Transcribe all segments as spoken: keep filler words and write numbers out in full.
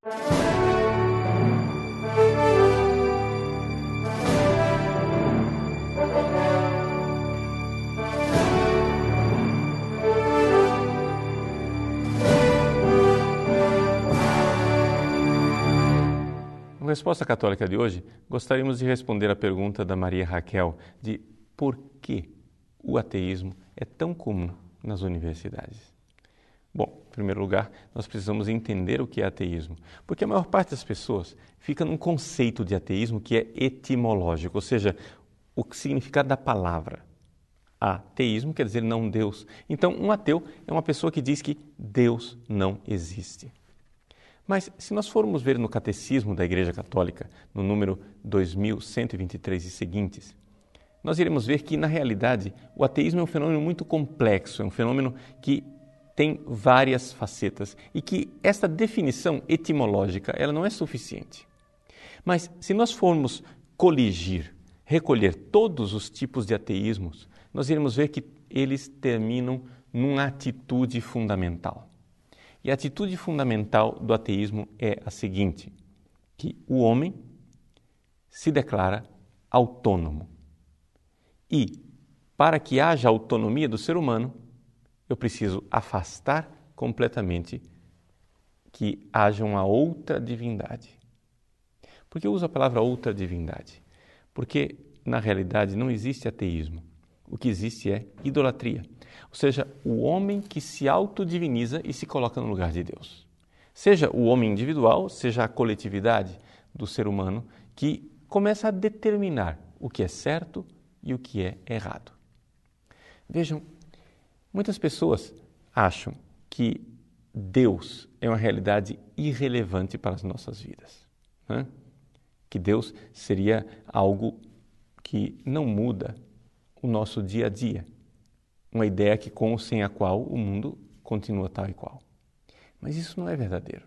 Na resposta católica de hoje, gostaríamos de responder a pergunta da Maria Raquel de por que o ateísmo é tão comum nas universidades. Bom, em primeiro lugar, nós precisamos entender o que é ateísmo, porque a maior parte das pessoas fica num conceito de ateísmo que é etimológico, ou seja, o significado da palavra. Ateísmo quer dizer não Deus. Então, um ateu é uma pessoa que diz que Deus não existe. Mas, se nós formos ver no Catecismo da Igreja Católica, no número dois mil cento e vinte e três e seguintes, nós iremos ver que, na realidade, o ateísmo é um fenômeno muito complexo, é um fenômeno que tem várias facetas e que esta definição etimológica ela não é suficiente. Mas, se nós formos coligir, recolher todos os tipos de ateísmos, nós iremos ver que eles terminam numa atitude fundamental. E a atitude fundamental do ateísmo é a seguinte, que o homem se declara autônomo. E, para que haja autonomia do ser humano, eu preciso afastar completamente que haja uma outra divindade. Por que eu uso a palavra outra divindade? Porque, na realidade, não existe ateísmo. O que existe é idolatria. Ou seja, o homem que se autodiviniza e se coloca no lugar de Deus. Seja o homem individual, seja a coletividade do ser humano, que começa a determinar o que é certo e o que é errado. Vejam, muitas pessoas acham que Deus é uma realidade irrelevante para as nossas vidas, né? Que Deus seria algo que não muda o nosso dia a dia. Uma ideia que com ou sem a qual o mundo continua tal e qual. Mas isso não é verdadeiro.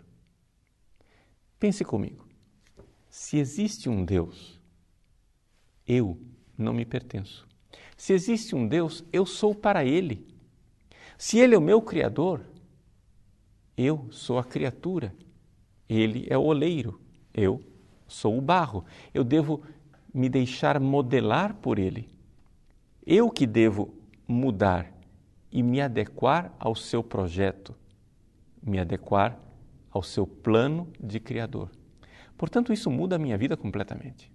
Pense comigo. Se existe um Deus, eu não me pertenço. Se existe um Deus, eu sou para Ele. Se Ele é o meu Criador, eu sou a criatura. Ele é o oleiro, eu sou o barro. Eu devo me deixar modelar por Ele. Eu que devo mudar e me adequar ao seu projeto, me adequar ao seu plano de Criador. Portanto, isso muda a minha vida completamente.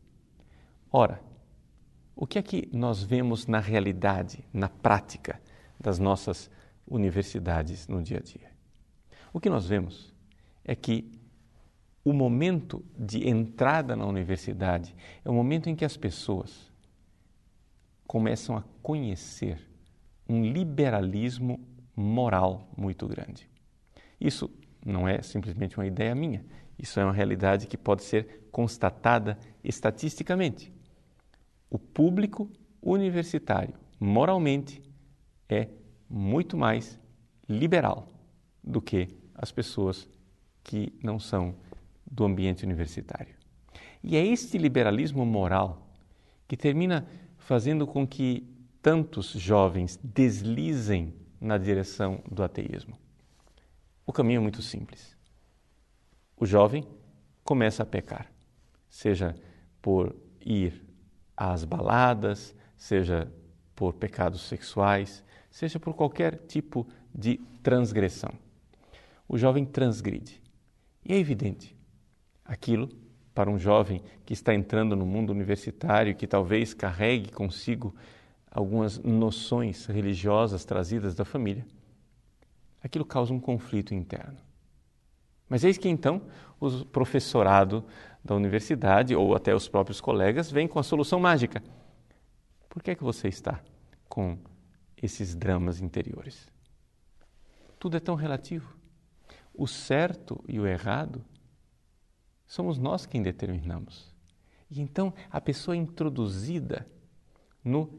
Ora, o que é que nós vemos na realidade, na prática das nossas universidades no dia a dia? O que nós vemos é que o momento de entrada na universidade é o momento em que as pessoas começam a conhecer um liberalismo moral muito grande. Isso não é simplesmente uma ideia minha, isso é uma realidade que pode ser constatada estatisticamente. O público universitário, moralmente, é muito mais liberal do que as pessoas que não são do ambiente universitário. E é este liberalismo moral que termina fazendo com que tantos jovens deslizem na direção do ateísmo. O caminho é muito simples. O jovem começa a pecar, seja por ir às baladas, seja por pecados sexuais, seja por qualquer tipo de transgressão. O jovem transgride. E é evidente, aquilo para um jovem que está entrando no mundo universitário, que talvez carregue consigo algumas noções religiosas trazidas da família, aquilo causa um conflito interno. Mas eis que então o professorado da universidade ou até os próprios colegas vêm com a solução mágica. Por que é que você está com esses dramas interiores? Tudo é tão relativo. O certo e o errado somos nós quem determinamos. E então a pessoa é introduzida no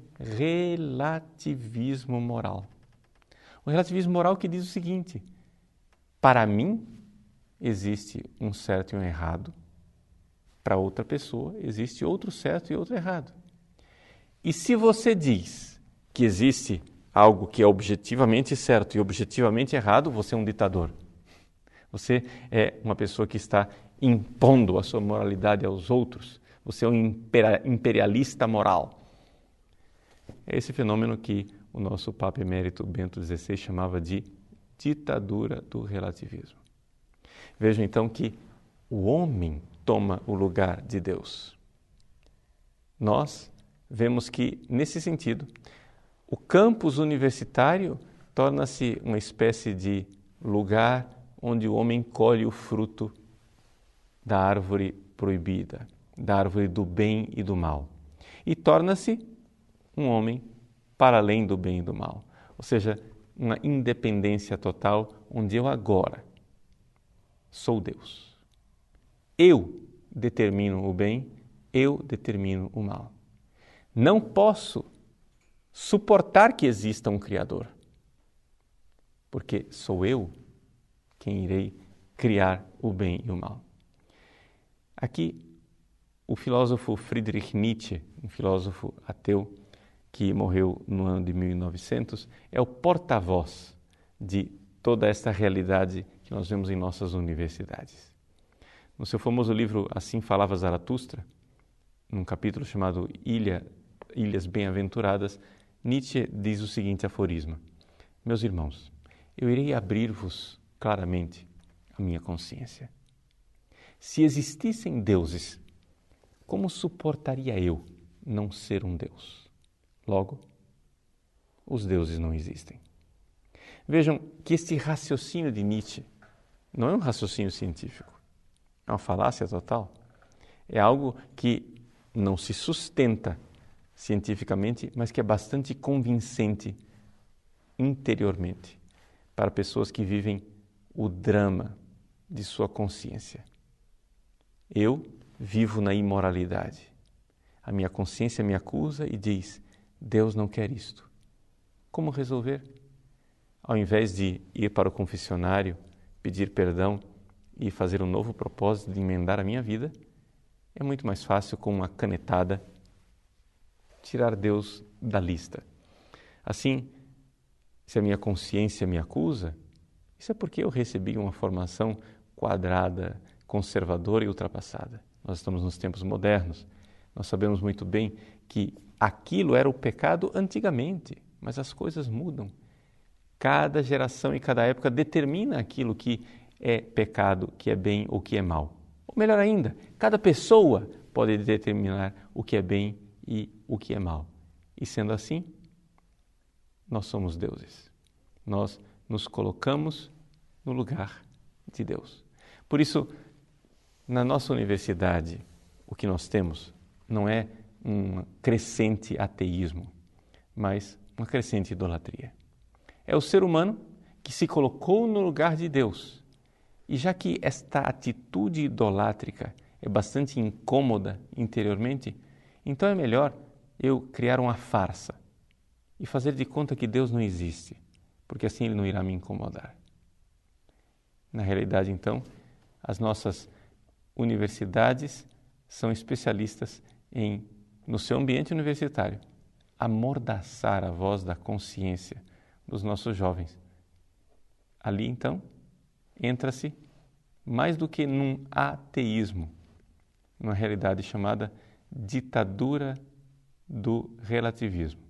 relativismo moral. O relativismo moral que diz o seguinte: para mim existe um certo e um errado, para outra pessoa existe outro certo e outro errado. E se você diz que existe algo que é objetivamente certo e objetivamente errado, você é um ditador. Você é uma pessoa que está impondo a sua moralidade aos outros. Você é um imperialista moral. É esse fenômeno que o nosso Papa Emérito Bento dezesseis chamava de ditadura do relativismo. Vejam então que o homem toma o lugar de Deus. Nós vemos que, nesse sentido, o campus universitário torna-se uma espécie de lugar onde o homem colhe o fruto da árvore proibida, da árvore do bem e do mal. E torna-se um homem para além do bem e do mal. Ou seja, uma independência total, onde eu agora sou Deus. Eu determino o bem, eu determino o mal. Não posso suportar que exista um Criador, porque sou eu quem irei criar o bem e o mal. Aqui, o filósofo Friedrich Nietzsche, um filósofo ateu que morreu no ano de mil e novecentos, é o porta-voz de toda esta realidade que nós vemos em nossas universidades. No seu famoso livro Assim Falava Zaratustra, num capítulo chamado Ilha, Ilhas Bem-Aventuradas, Nietzsche diz o seguinte aforisma: meus irmãos, eu irei abrir-vos claramente a minha consciência. Se existissem deuses, como suportaria eu não ser um Deus? Logo, os deuses não existem. Vejam que este raciocínio de Nietzsche não é um raciocínio científico, é uma falácia total. É algo que não se sustenta cientificamente, mas que é bastante convincente interiormente para pessoas que vivem o drama de sua consciência. Eu vivo na imoralidade. A minha consciência me acusa e diz: Deus não quer isto. Como resolver? Ao invés de ir para o confessionário, pedir perdão e fazer um novo propósito de emendar a minha vida, é muito mais fácil, com uma canetada, tirar Deus da lista. Assim, se a minha consciência me acusa, isso é porque eu recebi uma formação quadrada, conservadora e ultrapassada. Nós estamos nos tempos modernos. Nós sabemos muito bem que aquilo era o pecado antigamente, mas as coisas mudam. Cada geração e cada época determina aquilo que é pecado, que é bem ou que é mal. Ou melhor ainda, cada pessoa pode determinar o que é bem e o que é mal. E sendo assim, nós somos deuses. Nós nos colocamos no lugar de Deus. Por isso, na nossa universidade, o que nós temos não é um crescente ateísmo, mas uma crescente idolatria. É o ser humano que se colocou no lugar de Deus. E já que esta atitude idolátrica é bastante incômoda interiormente, então é melhor eu criar uma farsa e fazer de conta que Deus não existe, porque assim Ele não irá me incomodar. Na realidade, então, as nossas universidades são especialistas em, no seu ambiente universitário, amordaçar a voz da consciência dos nossos jovens. Ali, então, entra-se mais do que num ateísmo, numa realidade chamada ditadura do relativismo.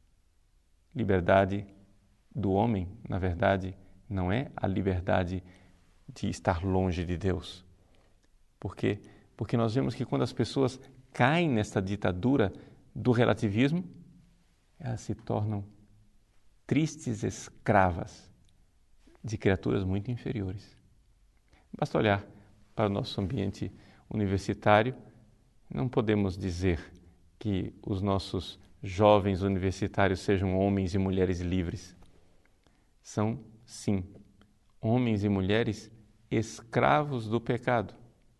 Liberdade do homem, na verdade, não é a liberdade de estar longe de Deus. Por quê? Porque nós vemos que quando as pessoas caem nesta ditadura do relativismo, elas se tornam tristes escravas de criaturas muito inferiores. Basta olhar para o nosso ambiente universitário, não podemos dizer que os nossos jovens universitários sejam homens e mulheres livres. São, sim, homens e mulheres escravos do pecado.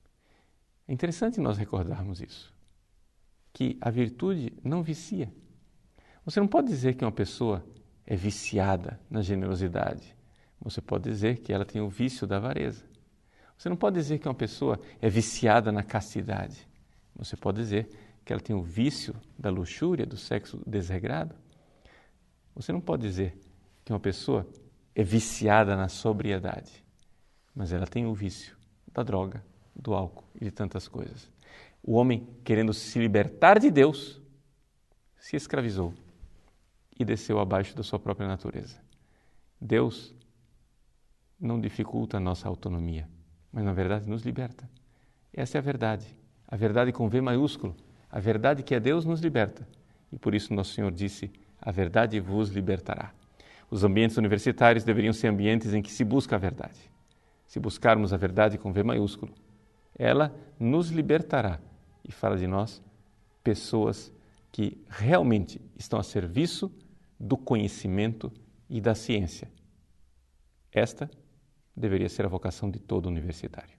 É interessante nós recordarmos isso, que a virtude não vicia. Você não pode dizer que uma pessoa é viciada na generosidade. Você pode dizer que ela tem o vício da avareza. Você não pode dizer que uma pessoa é viciada na castidade. Você pode dizer que ela tem o vício da luxúria, do sexo desregrado. Você não pode dizer que uma pessoa é viciada na sobriedade. mas ela tem o vício da droga, do álcool e de tantas coisas. O homem, querendo se libertar de Deus, se escravizou e desceu abaixo da sua própria natureza. Deus não dificulta a nossa autonomia, mas na verdade nos liberta. Essa é a verdade, a verdade com V maiúsculo, a verdade que é Deus nos liberta. E por isso nosso Senhor disse, a verdade vos libertará. Os ambientes universitários deveriam ser ambientes em que se busca a verdade. Se buscarmos a verdade com V maiúsculo, ela nos libertará e fará de nós pessoas que realmente estão a serviço do conhecimento e da ciência. Esta deveria ser a vocação de todo universitário.